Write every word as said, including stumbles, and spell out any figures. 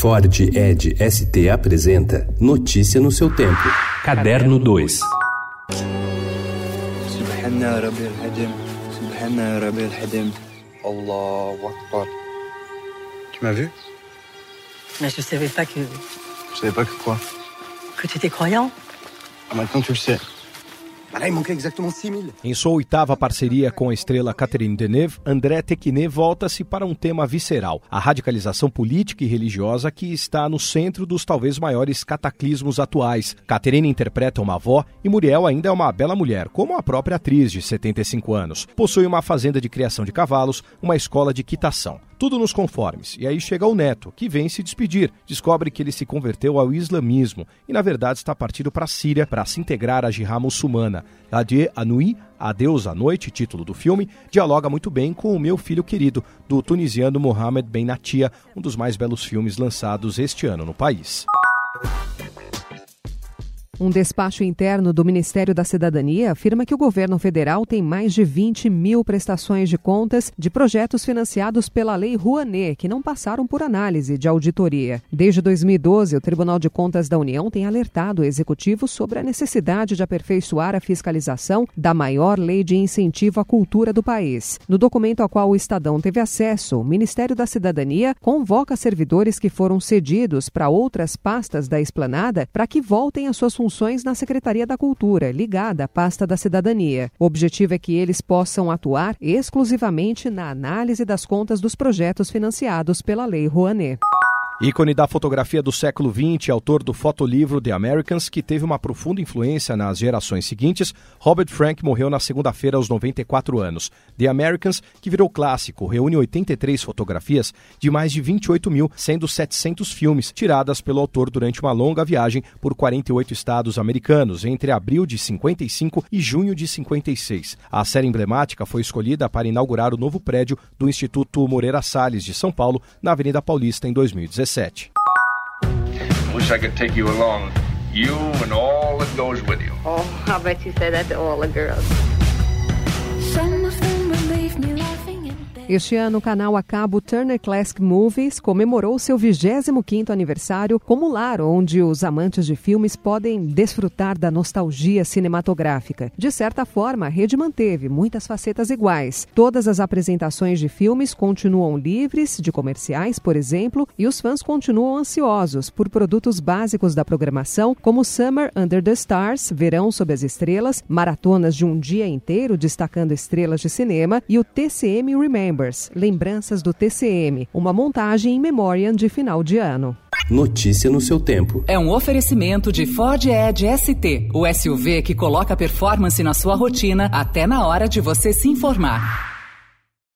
Ford Edge S T apresenta Notícia no seu tempo. Caderno dois. Subhana Rabbil Hadim, Subhana Rabbil Hadim, Allahu Akbar. Tu m'as vu? Mais je savais pas que... Je savais pas que quoi? Que tu étais croyant. Ah, maintenant tu le sais. Ah là, il manquait exactement six mille. Em sua oitava parceria com a estrela Catherine Deneuve, André Téquiné volta-se para um tema visceral, a radicalização política e religiosa que está no centro dos talvez maiores cataclismos atuais. Catherine interpreta uma avó e Muriel ainda é uma bela mulher, como a própria atriz de setenta e cinco anos. Possui uma fazenda de criação de cavalos, uma escola de quitação. Tudo nos conformes. E aí chega o neto, que vem se despedir. Descobre que ele se converteu ao islamismo e, na verdade, está partido para a Síria para se integrar à jihad muçulmana. Adieu à nuit, Adeus à noite, título do filme, dialoga muito bem com O Meu Filho Querido, do tunisiano Mohamed Ben Natia, um dos mais belos filmes lançados este ano no país. Um despacho interno do Ministério da Cidadania afirma que o governo federal tem mais de vinte mil prestações de contas de projetos financiados pela Lei Rouanet, que não passaram por análise de auditoria. Desde dois mil e doze, o Tribunal de Contas da União tem alertado o Executivo sobre a necessidade de aperfeiçoar a fiscalização da maior lei de incentivo à cultura do país. No documento ao qual o Estadão teve acesso, o Ministério da Cidadania convoca servidores que foram cedidos para outras pastas da esplanada para que voltem às suas funções na Secretaria da Cultura, ligada à pasta da Cidadania. O objetivo é que eles possam atuar exclusivamente na análise das contas dos projetos financiados pela Lei Rouanet. Ícone da fotografia do século vinte, autor do fotolivro The Americans, que teve uma profunda influência nas gerações seguintes, Robert Frank morreu na segunda-feira aos noventa e quatro anos. The Americans, que virou clássico, reúne oitenta e três fotografias de mais de vinte e oito mil, sendo setecentos filmes, tiradas pelo autor durante uma longa viagem por quarenta e oito estados americanos, entre abril de cinquenta e cinco e junho de cinquenta e seis. A série emblemática foi escolhida para inaugurar o novo prédio do Instituto Moreira Salles de São Paulo, na Avenida Paulista, em dois mil e dezessete. Wish I could take you along, you and all that goes with you. Oh, I bet you say that to all the girls. Some of them will leave me laughing in bed. Este ano, o canal a cabo Turner Classic Movies comemorou seu vigésimo quinto aniversário como lar onde os amantes de filmes podem desfrutar da nostalgia cinematográfica. De certa forma, a rede manteve muitas facetas iguais. Todas as apresentações de filmes continuam livres de comerciais, por exemplo, e os fãs continuam ansiosos por produtos básicos da programação, como Summer Under the Stars, Verão sob as Estrelas, maratonas de um dia inteiro destacando estrelas de cinema, e o T C M Remembers, Lembranças do T C M, uma montagem em memória de final de ano. Notícia no seu tempo. É um oferecimento de Ford Edge S T, o S U V que coloca performance na sua rotina até na hora de você se informar.